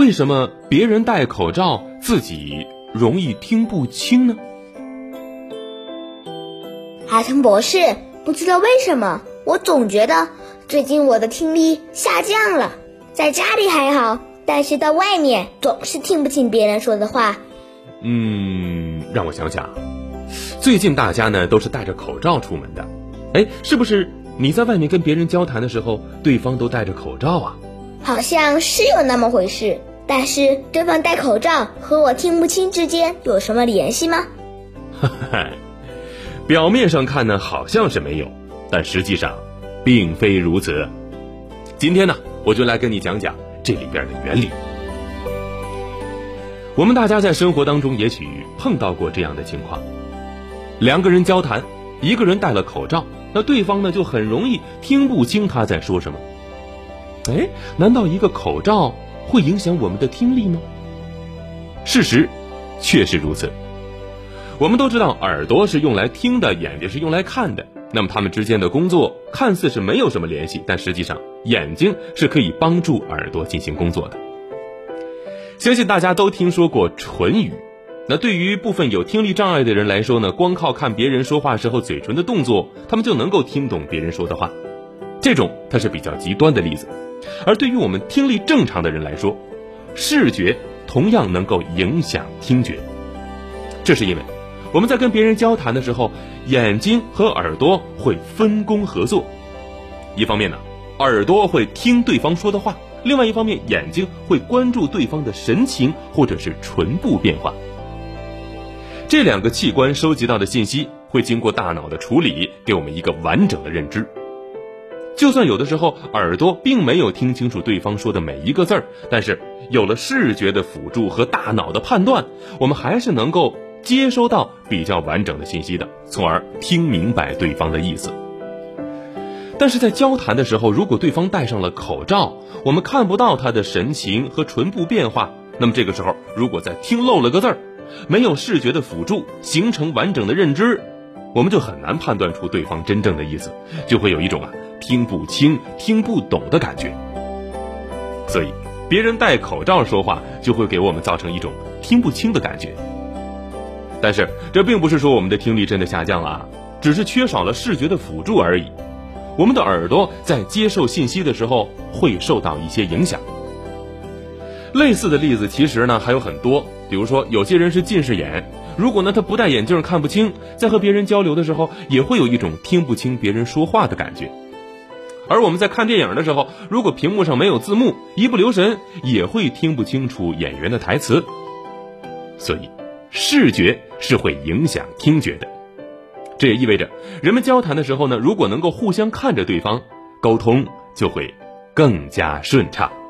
为什么别人戴口罩，自己容易听不清呢？ 海豚博士，不知道为什么，我总觉得最近我的听力下降了。在家里还好，但是到外面总是听不清别人说的话。 让我想想，最近大家呢都是戴着口罩出门的，是不是你在外面跟别人交谈的时候，对方都戴着口罩啊？ 好像是有那么回事，但是对方戴口罩和我听不清之间有什么联系吗？ 表面上看呢好像是没有，但实际上并非如此。今天呢我就来跟你讲讲这里边的原理。我们大家在生活当中也许碰到过这样的情况，两个人交谈，一个人戴了口罩，那对方呢就很容易听不清他在说什么。难道一个口罩会影响我们的听力吗？事实确实如此。我们都知道耳朵是用来听的，眼睛是用来看的，那么它们之间的工作看似是没有什么联系，但实际上眼睛是可以帮助耳朵进行工作的。相信大家都听说过唇语，那对于部分有听力障碍的人来说呢，光靠看别人说话时候嘴唇的动作，他们就能够听懂别人说的话，这种它是比较极端的例子。而对于我们听力正常的人来说，视觉同样能够影响听觉。这是因为我们在跟别人交谈的时候，眼睛和耳朵会分工合作。一方面呢，耳朵会听对方说的话，另外一方面，眼睛会关注对方的神情或者是唇部变化。这两个器官收集到的信息会经过大脑的处理，给我们一个完整的认知。就算有的时候耳朵并没有听清楚对方说的每一个字儿，但是有了视觉的辅助和大脑的判断，我们还是能够接收到比较完整的信息的，从而听明白对方的意思。但是在交谈的时候，如果对方戴上了口罩，我们看不到他的神情和唇部变化，那么这个时候如果再听漏了个字儿，没有视觉的辅助形成完整的认知，我们就很难判断出对方真正的意思，就会有一种听不清听不懂的感觉。所以别人戴口罩说话就会给我们造成一种听不清的感觉。但是这并不是说我们的听力真的下降了，只是缺少了视觉的辅助而已。我们的耳朵在接受信息的时候会受到一些影响。类似的例子其实呢还有很多，比如说有些人是近视眼，如果呢他不戴眼镜看不清，在和别人交流的时候也会有一种听不清别人说话的感觉。而我们在看电影的时候，如果屏幕上没有字幕，一不留神也会听不清楚演员的台词。所以视觉是会影响听觉的。这也意味着人们交谈的时候呢，如果能够互相看着对方，沟通就会更加顺畅。